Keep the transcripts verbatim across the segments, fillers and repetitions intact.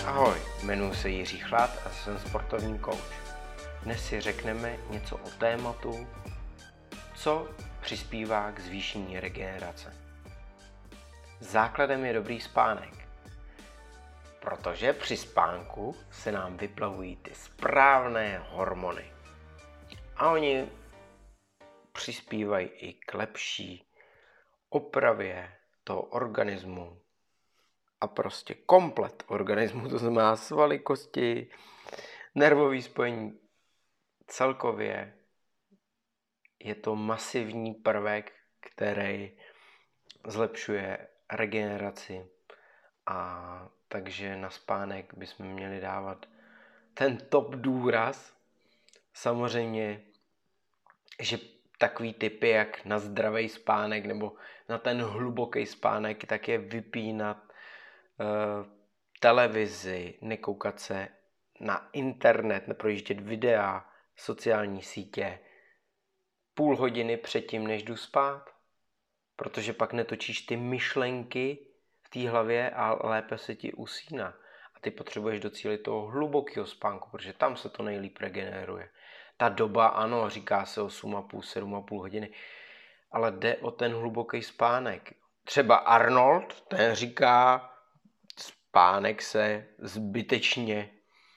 Ahoj, jmenuji se Jiří Chlad a jsem sportovní kouč. Dnes si řekneme něco o tématu, co přispívá k zvýšení regenerace. Základem je dobrý spánek, protože při spánku se nám vyplavují ty správné hormony. A oni přispívají i k lepší opravě toho organismu a prostě komplet organismu, to znamená svaly, kosti, nervové spojení. Celkově je to masivní prvek, který zlepšuje regeneraci, a takže na spánek bychom měli dávat ten top důraz. Samozřejmě, že takový typy jak na zdravý spánek nebo na ten hluboký spánek, tak je vypínat uh, televizi, nekoukat se na internet, neprojíždět videa, sociální sítě půl hodiny předtím, než jdu spát, protože pak netočíš ty myšlenky v té hlavě a lépe se ti usíná. A ty potřebuješ docílit toho hlubokého spánku, protože tam se to nejlíp regeneruje. Ta doba, ano, říká se osm a půl, sedm a půl hodiny, ale jde o ten hluboký spánek. Třeba Arnold, ten říká, spánek se zbytečně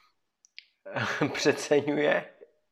přeceňuje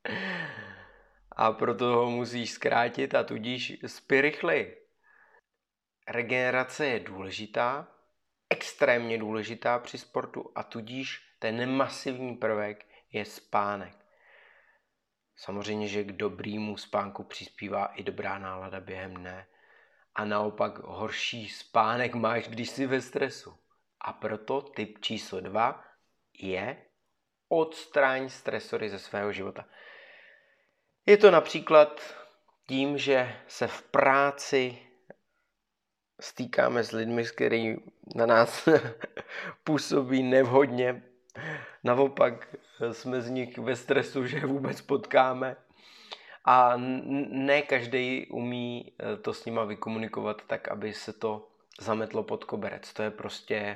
a proto ho musíš zkrátit a tudíž spí rychleji. Regenerace je důležitá, extrémně důležitá při sportu a tudíž ten masivní prvek je spánek. Samozřejmě, že k dobrýmu spánku přispívá i dobrá nálada během dne a naopak horší spánek máš, když jsi ve stresu. A proto tip číslo dva je odstráň stresory ze svého života. Je to například tím, že se v práci stýkáme s lidmi, kteří na nás působí nevhodně. Naopak jsme z nich ve stresu, že vůbec potkáme. A ne každý umí to s nima vykomunikovat tak, aby se to zametlo pod koberec. To je prostě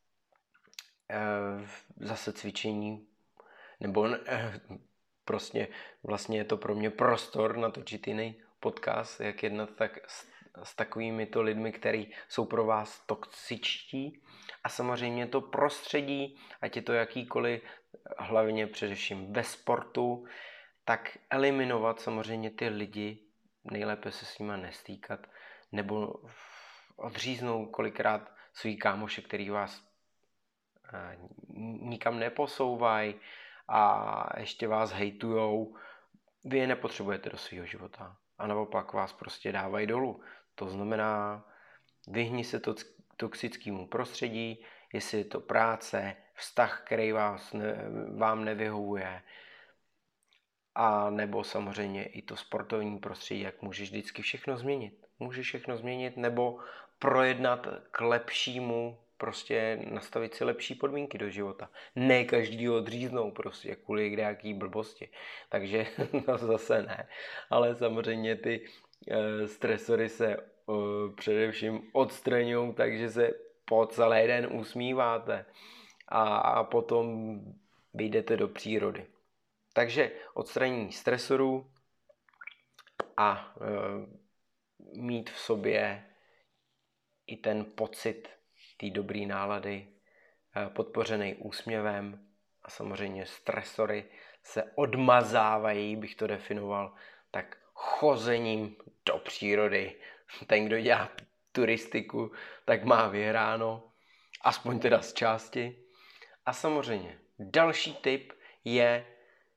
zase cvičení, nebo prostě vlastně je to pro mě prostor natočit jiný podcast, jak jednat tak s, s takovými to lidmi, kteří jsou pro vás toxičtí, a samozřejmě to prostředí, ať je to jakýkoliv, hlavně především ve sportu, tak eliminovat samozřejmě ty lidi, nejlépe se s nima nestýkat, nebo odříznout kolikrát svý kámoše, který vás eh, nikam neposouvají a ještě vás hejtujou. Vy je nepotřebujete do svého života a naopak vás prostě dávají dolů. To znamená, vyhni se to toxickému prostředí, jestli je to práce, vztah, který vás ne, vám nevyhovuje, a nebo samozřejmě i to sportovní prostředí, jak můžeš vždycky všechno změnit. Můžeš všechno změnit nebo projednat k lepšímu, prostě nastavit si lepší podmínky do života. Ne každýho odříznou prostě kvůli kdejaký blbosti. Takže no zase ne. Ale samozřejmě ty e, stresory se e, především odstraňují, takže se po celý den usmíváte a, a potom vyjdete do přírody. Takže odstranění stresorů a e, mít v sobě i ten pocit té dobré nálady, e, podpořený úsměvem, a samozřejmě stresory se odmazávají, bych to definoval, tak chozením do přírody. Ten, kdo dělá turistiku, tak má vyhráno, aspoň teda z části. A samozřejmě další tip je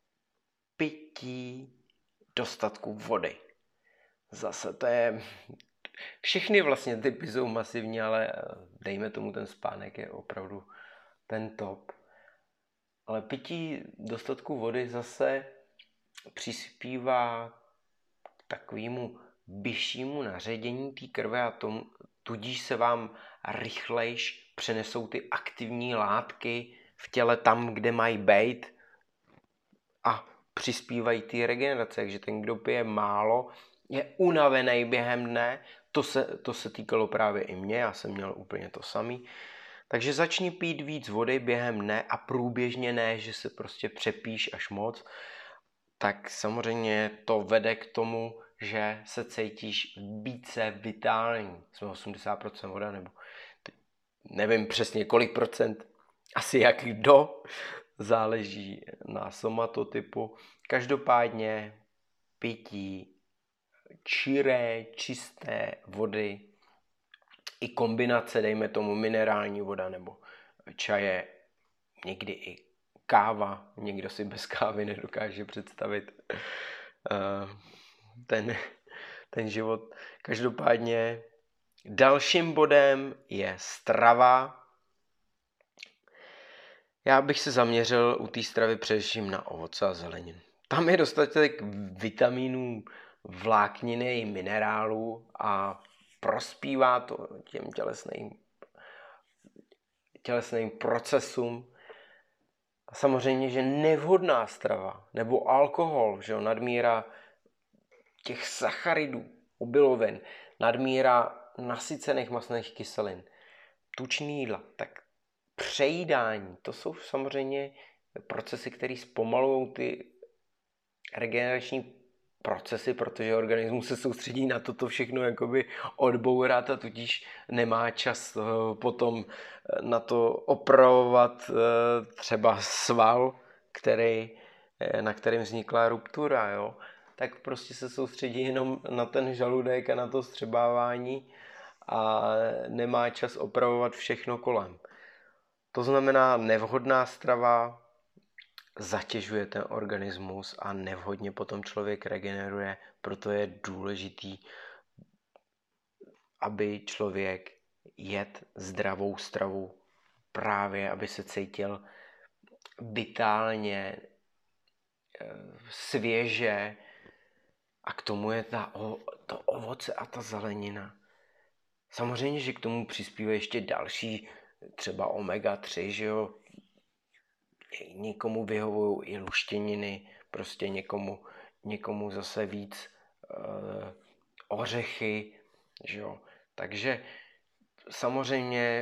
pití dostatku vody. Zase to je... Všechny vlastně typy jsou masivní, ale dejme tomu ten spánek je opravdu ten top. Ale pití dostatku vody zase přispívá k takovému vyššímu naředění té krve a tomu, tudíž se vám rychlejš přenesou ty aktivní látky v těle tam, kde mají být, a přispívají té regenerace. Takže ten, kdo pije málo, je unavený během dne. To se, to se týkalo právě i mě, já jsem měl úplně to samý. Takže začni pít víc vody během dne a průběžně, ne, že se prostě přepíš až moc. Tak samozřejmě to vede k tomu, že se cítíš více vitální. Jsme osmdesát procent voda, nebo nevím přesně kolik procent, asi jak kdo, záleží na somatotypu. Každopádně pití čiré, čisté vody, i kombinace, dejme tomu minerální voda nebo čaje, někdy i káva, někdo si bez kávy nedokáže představit ten, ten život. Každopádně dalším bodem je strava. Já bych se zaměřil u té stravy především na ovoce a zeleninu. Tam je dostatek vitamínů, vlákniny i minerálů a prospívá to těm tělesným, tělesným procesům. A samozřejmě, že nevhodná strava nebo alkohol, že jo, nadmíra těch sacharidů, obilovin, nadmíra nasycených mastných kyselin, tučný jídla, tak přejídání, to jsou samozřejmě procesy, které zpomalují ty regenerační procesy, protože organismus se soustředí na toto všechno jakoby odbourat a tudíž nemá čas potom na to opravovat třeba sval, který, na kterém vznikla ruptura, jo? Tak prostě se soustředí jenom na ten žaludek a na to střebávání a nemá čas opravovat všechno kolem. To znamená, nevhodná strava zatěžuje ten organismus a nevhodně potom člověk regeneruje, proto je důležitý, aby člověk jedl zdravou stravu, právě aby se cítil vitálně, svěže, a k tomu je ta, to ovoce a ta zelenina. Samozřejmě, že k tomu přispívá ještě další, třeba omega tři, že jo. Někomu vyhovují i luštěniny, prostě někomu, někomu zase víc e, ořechy, že jo. Takže samozřejmě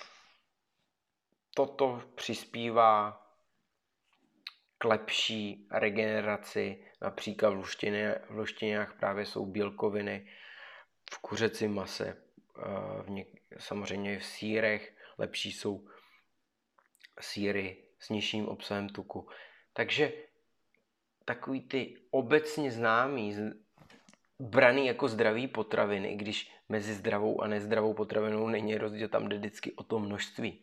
toto přispívá k lepší regeneraci, například v, luštěně, v luštěninách právě jsou bílkoviny, v kuřecím mase, v něk, samozřejmě v sýrech, lepší jsou sýry s nižším obsahem tuku. Takže takový ty obecně známý, braný jako zdravý potraviny, i když mezi zdravou a nezdravou potravinou není rozdíl, tam jde vždycky o to množství.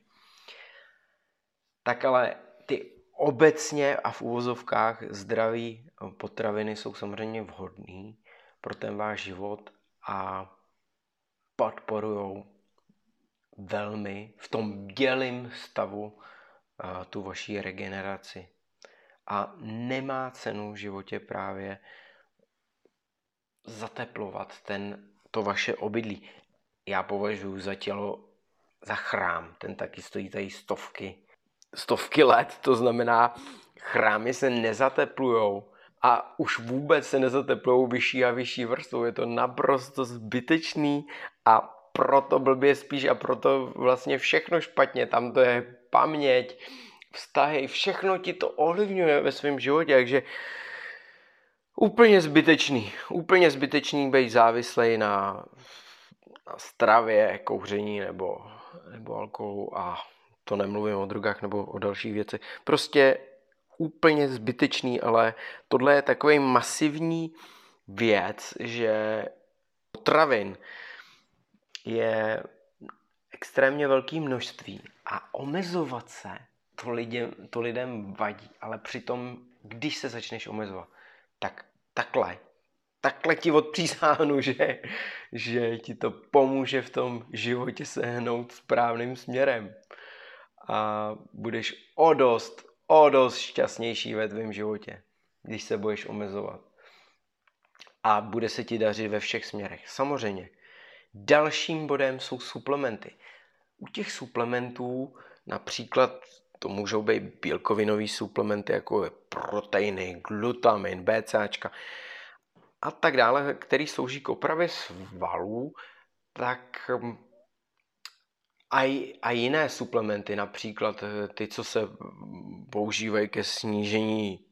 Tak ale ty obecně a v uvozovkách zdraví potraviny jsou samozřejmě vhodný pro ten váš život a podporujou velmi v tom bdělém stavu tu vaši regeneraci. A nemá cenu v životě právě zateplovat ten, to vaše obydlí. Já považuji za tělo za chrám, ten taky stojí tady stovky, stovky let, to znamená, chrámy se nezateplujou a už vůbec se nezateplujou vyšší a vyšší vrstvou, je to naprosto zbytečný a proto blbě spíš a proto vlastně všechno špatně, tam to je paměť, vztahy, všechno ti to ovlivňuje ve svém životě, takže úplně zbytečný, úplně zbytečný být závislej na, na stravě, kouření nebo, nebo alkoholu a to nemluvím o drogách nebo o dalších věcech. Prostě úplně zbytečný, ale tohle je takový masivní věc, že potravin je extrémně velké množství a omezovat se to lidem, to lidem vadí, ale přitom, když se začneš omezovat, tak takhle, takhle ti odpřísáhnu, že, že ti to pomůže v tom životě se hnout správným směrem a budeš o dost, o dost šťastnější ve tvém životě, když se budeš omezovat a bude se ti dařit ve všech směrech. Samozřejmě. Dalším bodem jsou suplementy. U těch suplementů například to můžou být bílkovinové suplementy, jako je proteiny, glutamin, BCAčka a tak dále, který slouží k opravě svalů, tak A, a jiné suplementy, například ty, co se používají ke snížení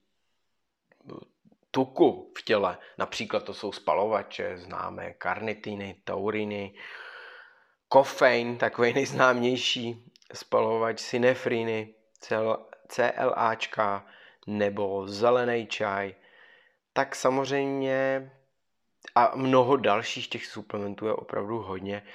tuku v těle, například to jsou spalovače, známé karnitiny, tauriny, kofein, takový nejznámější spalovač, synefriny, CLAčka nebo zelený čaj, tak samozřejmě a mnoho dalších těch suplementů je opravdu hodně.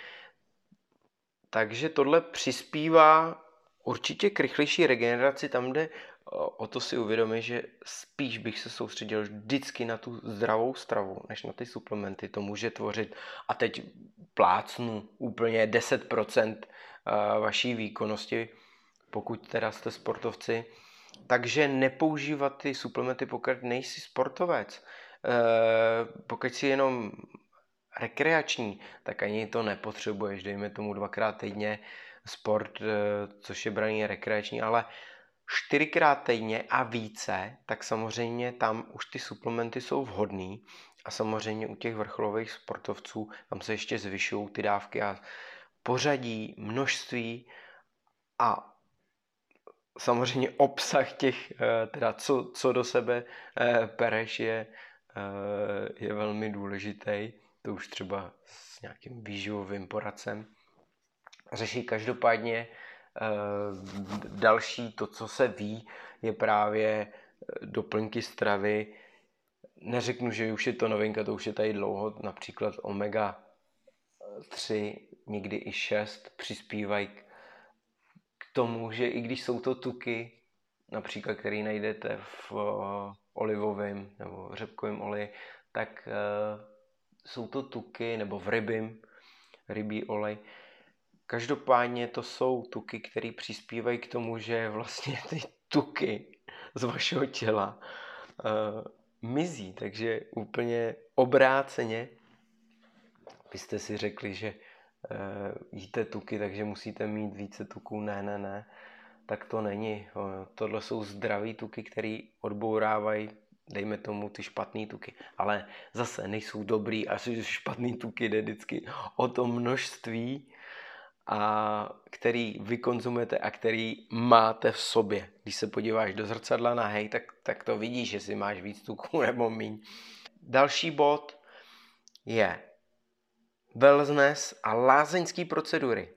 Takže tohle přispívá určitě k rychlejší regeneraci tam, kde o to si uvědomit, že spíš bych se soustředil vždycky na tu zdravou stravu, než na ty suplementy. To může tvořit, a teď plácnu, úplně deset procent vaší výkonnosti, pokud teda jste sportovci. Takže nepoužívat ty suplementy, pokud nejsi sportovec. Pokud si jenom rekreační, tak ani to nepotřebuješ, dejme tomu dvakrát týdně sport, což je braný rekreační, ale čtyřikrát týdně a více, tak samozřejmě tam už ty suplementy jsou vhodný a samozřejmě u těch vrcholových sportovců tam se ještě zvyšují ty dávky a pořadí, množství a samozřejmě obsah těch, teda co, co do sebe pereš je, je velmi důležitý. To už třeba s nějakým výživovým poradcem řeší. Každopádně další, to, co se ví, je právě doplňky stravy. Neřeknu, že už je to novinka, to už je tady dlouho, například omega tři, někdy i šest přispívají k tomu, že i když jsou to tuky, například, který najdete v olivovém nebo řepkovém oleji, tak jsou to tuky, nebo v rybím, rybí olej. Každopádně to jsou tuky, které přispívají k tomu, že vlastně ty tuky z vašeho těla uh, mizí. Takže úplně obráceně byste si řekli, že uh, jíte tuky, takže musíte mít více tuků. Ne, ne, ne. Tak to není. Uh, tohle jsou zdraví tuky, které odbourávají, dejme tomu, ty špatný tuky. Ale zase nejsou dobrý a špatný tuky jde vždycky o to množství, a který vy konzumujete a který máte v sobě. Když se podíváš do zrcadla na hej, tak, tak to vidíš, jestli máš víc tuků nebo míň. Další bod je wellness a lázeňské procedury.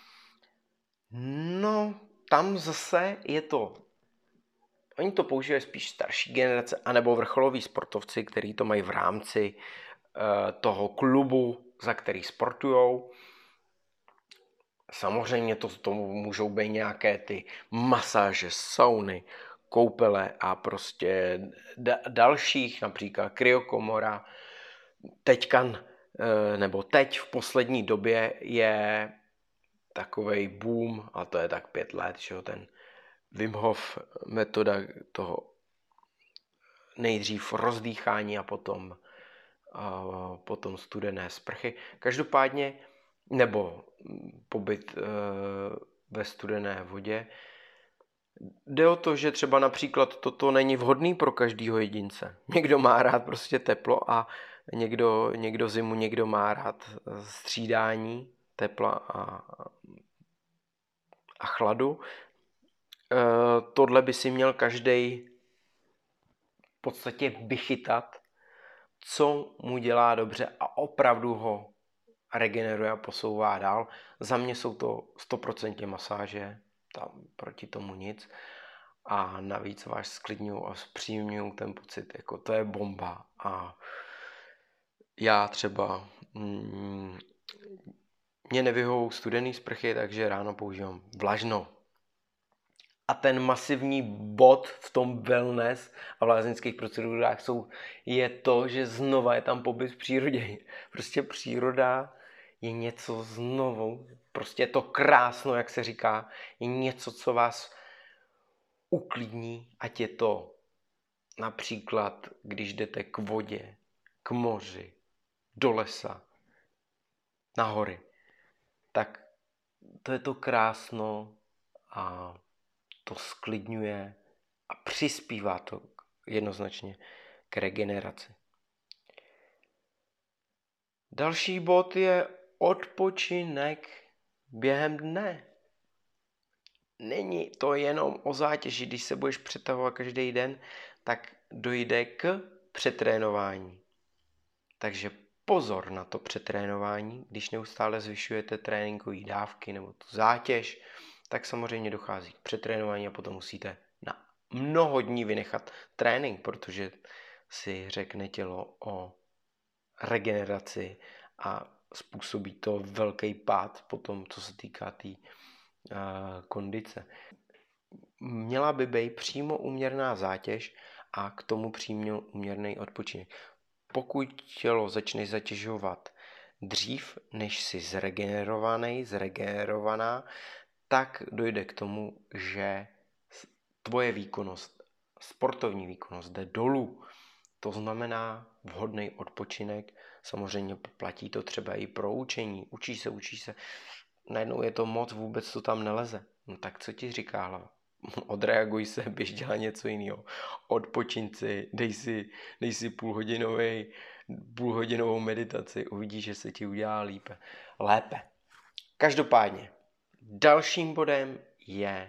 No, tam zase je to, oni to používají spíš starší generace, anebo vrcholoví sportovci, kteří to mají v rámci uh, toho klubu, za který sportujou. Samozřejmě to tomu můžou být nějaké ty masáže, sauny, koupele a prostě da- dalších, například kryokomora. Teďka, nebo teď v poslední době je takovej boom, a to je tak pět let, že jo, ten Wim Hof metoda toho nejdřív rozdýchání a potom, a potom studené sprchy. Každopádně nebo pobyt e, ve studené vodě. Jde o to, že třeba například toto není vhodný pro každého jedince. Někdo má rád prostě teplo a někdo, někdo zimu, někdo má rád střídání tepla a, a chladu. E, tohle by si měl každej v podstatě vychytat, co mu dělá dobře a opravdu ho regeneruje a posouvá dál. Za mě jsou to sto procent masáže, tam proti tomu nic. A navíc vás sklidňují a zpříjemňují ten pocit, jako to je bomba. A já třeba, mm, mě nevyhovují studený sprchy, takže ráno používám vlažnou. A ten masivní bod v tom wellness a v lázeňských procedurách jsou, je to, že znova je tam pobyt v přírodě. Prostě příroda je něco znovu, prostě je to krásno, jak se říká, je něco, co vás uklidní, ať je to například, když jdete k vodě, k moři, do lesa, na hory, tak to je to krásno a to sklidňuje a přispívá to jednoznačně k regeneraci. Další bod je odpočinek během dne. Není to jenom o zátěži, když se budeš přetahovat každý den, tak dojde k přetrénování. Takže pozor na to přetrénování, když neustále zvyšujete tréninkové dávky nebo tu zátěž, tak samozřejmě dochází k přetrénování a potom musíte na mnoho dní vynechat trénink, protože si řekne tělo o regeneraci a způsobí to velký pád potom, co se týká té tý, uh, kondice. Měla by být přímo úměrná zátěž a k tomu přímo úměrný odpočinek. Pokud tělo začne zatěžovat dřív, než jsi zregenerovaný, zregenerovaná, tak dojde k tomu, že tvoje výkonnost, sportovní výkonnost jde dolů. To znamená vhodný odpočinek. Samozřejmě platí to třeba i pro učení. Učí se, učí se. Najednou je to moc, vůbec to tam neleze. No tak co ti říká hlava? Odreaguj se, běž dělat něco jiného. Odpočin si, dej si, dej si půlhodinový, půlhodinovou meditaci, uvidíš, že se ti udělá lépe. lépe. Každopádně, dalším bodem je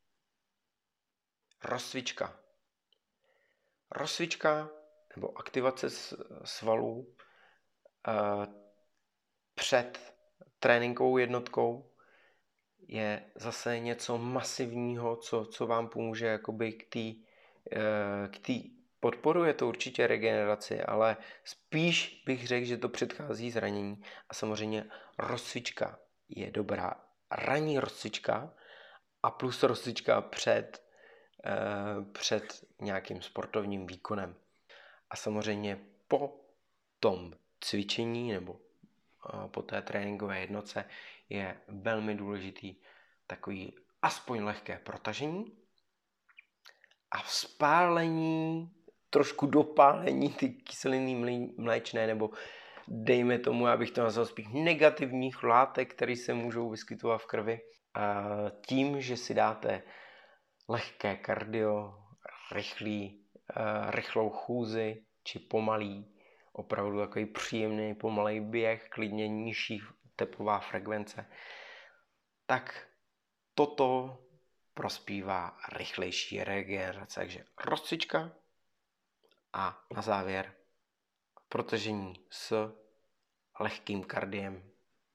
rozcvička. Rozcvička nebo aktivace svalů eh, před tréninkovou jednotkou je zase něco masivního, co, co vám pomůže jakoby k té eh, k té podporuje to určitě regeneraci, ale spíš bych řekl, že to předchází zranění a samozřejmě rozcvička je dobrá. Ranní rozcvička a plus rozcvička před, eh, před nějakým sportovním výkonem. A samozřejmě po tom cvičení nebo po té tréninkové jednotce je velmi důležitý takový aspoň lehké protažení a vzpálení, trošku dopálení ty kyseliny mléčné nebo dejme tomu, abych to nazval spíš negativních látek, které se můžou vyskytovat v krvi. A tím, že si dáte lehké kardio, rychlý, rychlou chůzi či pomalý, opravdu takový příjemný pomalej běh, klidně nižší tepová frekvence, tak toto prospívá rychlejší regenerace. Takže rozcvička a na závěr protažení s lehkým kardiem.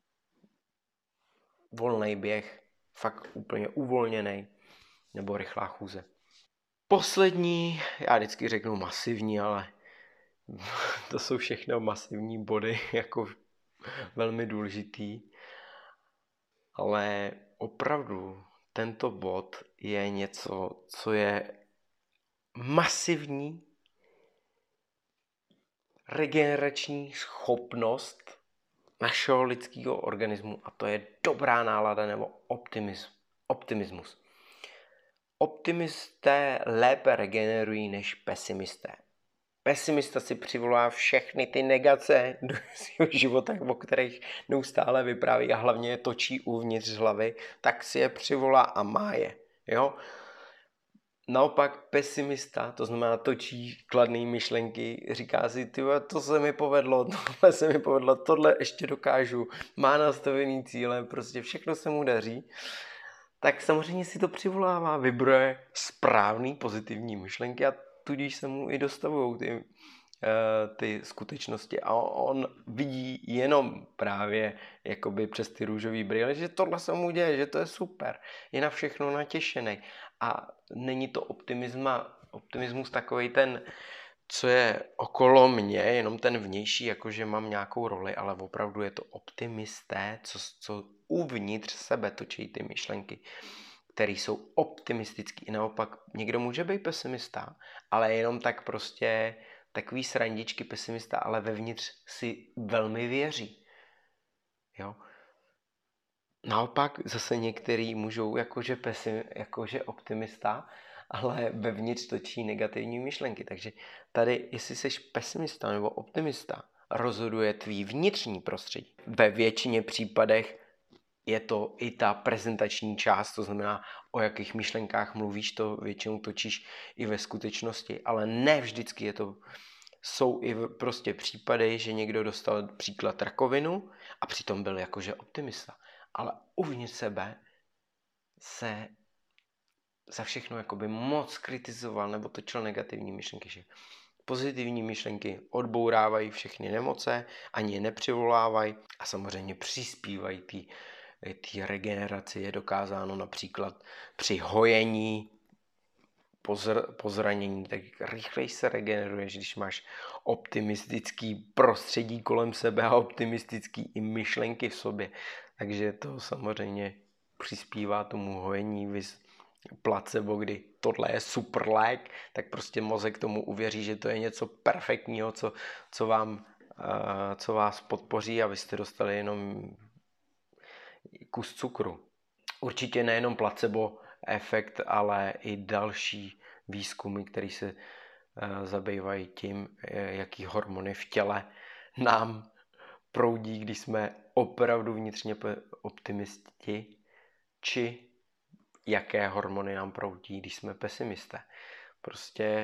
Volný běh, fakt úplně uvolněný, nebo rychlá chůze. Poslední, já vždycky řeknu masivní, ale to jsou všechno masivní body, jako velmi důležitý. Ale opravdu tento bod je něco, co je masivní regenerační schopnost našeho lidského organismu a to je dobrá nálada nebo optimism, optimismus. Optimisté lépe regenerují než pesimisté. Pesimista si přivolá všechny ty negace do svého života, o kterých neustále vypráví a hlavně je točí uvnitř hlavy, tak si je přivolá a má je. Jo? Naopak pesimista, to znamená točí kladné myšlenky, říká si, tyhle, to se mi povedlo, tohle se mi povedlo, tohle ještě dokážu, má nastavený cíle, prostě všechno se mu daří, tak samozřejmě si to přivolává, vybroje správný pozitivní myšlenky a tudíž se mu i dostavují ty, ty skutečnosti a on vidí jenom právě jakoby přes ty růžový brýle, že tohle se mu děje, že to je super, je na všechno natěšený a není to optimisma, optimismus takovej ten, co je okolo mě, jenom ten vnější, jakože mám nějakou roli, ale opravdu je to optimisté, co, co uvnitř sebe točí ty myšlenky, které jsou optimistické. I naopak někdo může být pesimista, ale jenom tak prostě takový srandičky pesimista, ale vevnitř si velmi věří. Jo? Naopak zase některý můžou jakože, pesim, jakože optimista, ale vevnitř točí negativní myšlenky. Takže tady, jestli jsi pesimista nebo optimista, rozhoduje tvý vnitřní prostředí. Ve většině případech je to i ta prezentační část, to znamená, o jakých myšlenkách mluvíš, to většinou točíš i ve skutečnosti, ale ne vždycky je to. Jsou i prostě případy, že někdo dostal příklad rakovinu a přitom byl jakože optimista. ale uvnitř sebe se za všechno jakoby moc kritizoval nebo točil negativní myšlenky, že pozitivní myšlenky odbourávají všechny nemoce, ani je nepřivolávají a samozřejmě přispívají té regeneraci. Je dokázáno například při hojení po, zr- po zranění, tak rychleji se regeneruješ, když máš optimistický prostředí kolem sebe a optimistický i myšlenky v sobě. Takže to samozřejmě přispívá tomu hojení, vys placebo, kdy tohle je super lék, tak prostě mozek tomu uvěří, že to je něco perfektního, co, co, vám, uh, co vás podpoří a vy jste dostali jenom kus cukru. Určitě nejenom placebo efekt, ale i další výzkumy, které se uh, zabývají tím, jaký hormony v těle nám proudí, když jsme opravdu vnitřně optimisti, či jaké hormony nám proudí, když jsme pesimisté. Prostě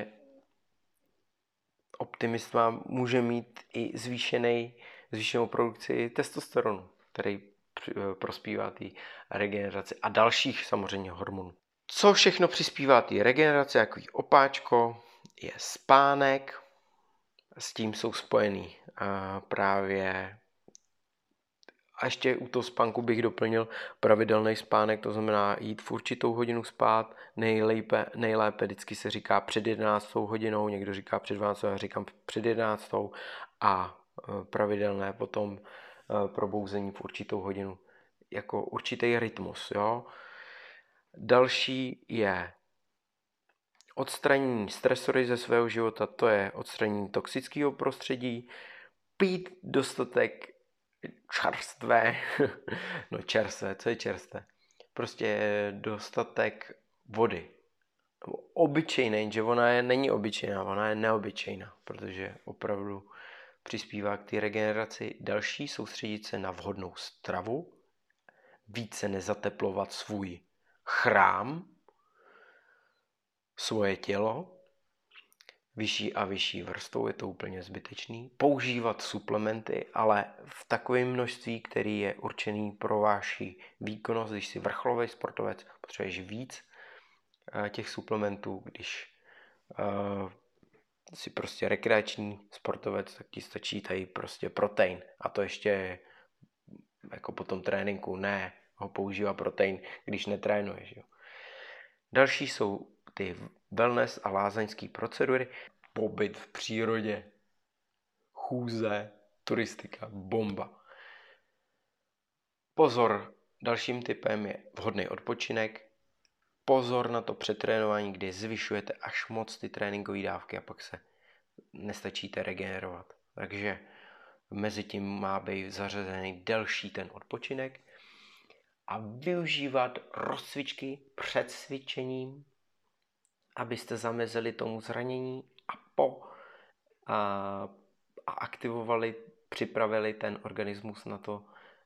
optimista může mít i zvýšený, zvýšenou produkci testosteronu, který prospívá té regeneraci a dalších samozřejmě hormonů. Co všechno přispívá té regeneraci, jako opáčko, je spánek, s tím jsou spojený a právě a ještě u toho spánku bych doplnil pravidelný spánek, to znamená jít v určitou hodinu spát, nejlépe, nejlépe vždycky se říká před jedenáctou hodinou, někdo říká před dvanáctou, já říkám před jedenáctou a pravidelné potom probouzení v určitou hodinu, jako určitý rytmus. Jo? Další je odstranění stresory ze svého života, to je odstranění toxického prostředí, pít dostatek čerstvé, no čerstvé, co je čerstvé? Prostě dostatek vody. Obyčejné, jenže ona je, není obyčejná, ona je neobyčejná, protože opravdu přispívá k té regeneraci. Další, soustředit se na vhodnou stravu, více nezateplovat svůj chrám, svoje tělo, vyšší a vyšší vrstvou, je to úplně zbytečný. Používat suplementy, ale v takovém množství, který je určený pro váši výkonnost. Když jsi vrcholový sportovec, potřebuješ víc těch suplementů. Když uh, jsi prostě rekreační sportovec, tak ti stačí tady prostě protein. A to ještě jako po tom tréninku ne ho používá protein, když netrénuješ. Jo. Další jsou ty wellness a lázeňské procedury, pobyt v přírodě, chůze, turistika, bomba. Pozor, dalším typem je vhodný odpočinek. Pozor na to přetrénování, kdy zvyšujete až moc ty tréninkové dávky a pak se nestačíte regenerovat. Takže mezi tím má být zařazený delší ten odpočinek a využívat rozcvičky před cvičením, abyste zamezili tomu zranění a po a, a aktivovali, připravili ten organismus na to,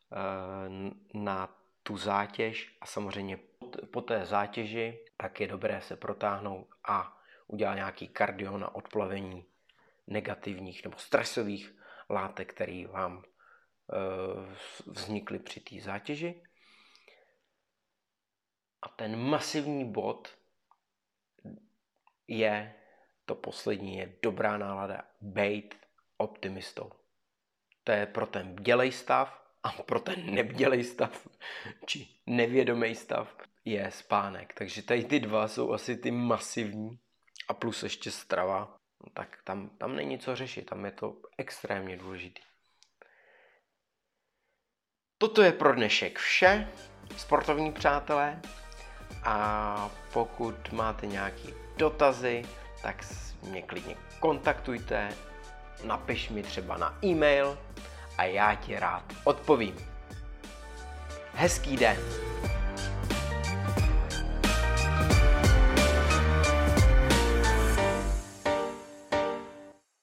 na tu zátěž a samozřejmě po té zátěži tak je dobré se protáhnout a udělat nějaký kardio na odplavení negativních nebo stresových látek, které vám vznikly při té zátěži. A ten masivní bod je, to poslední je dobrá nálada, bejt optimistou. To je pro ten bdělej stav a pro ten nebdělej stav, či nevědomý stav, je spánek. Takže tady ty dva jsou asi ty masivní a plus ještě strava, tak tam, tam není co řešit, tam je to extrémně důležitý. Toto je pro dnešek vše, sportovní přátelé. A pokud máte nějaké dotazy, tak mě klidně kontaktujte, napiš mi třeba na e-mail a já ti rád odpovím. Hezký den!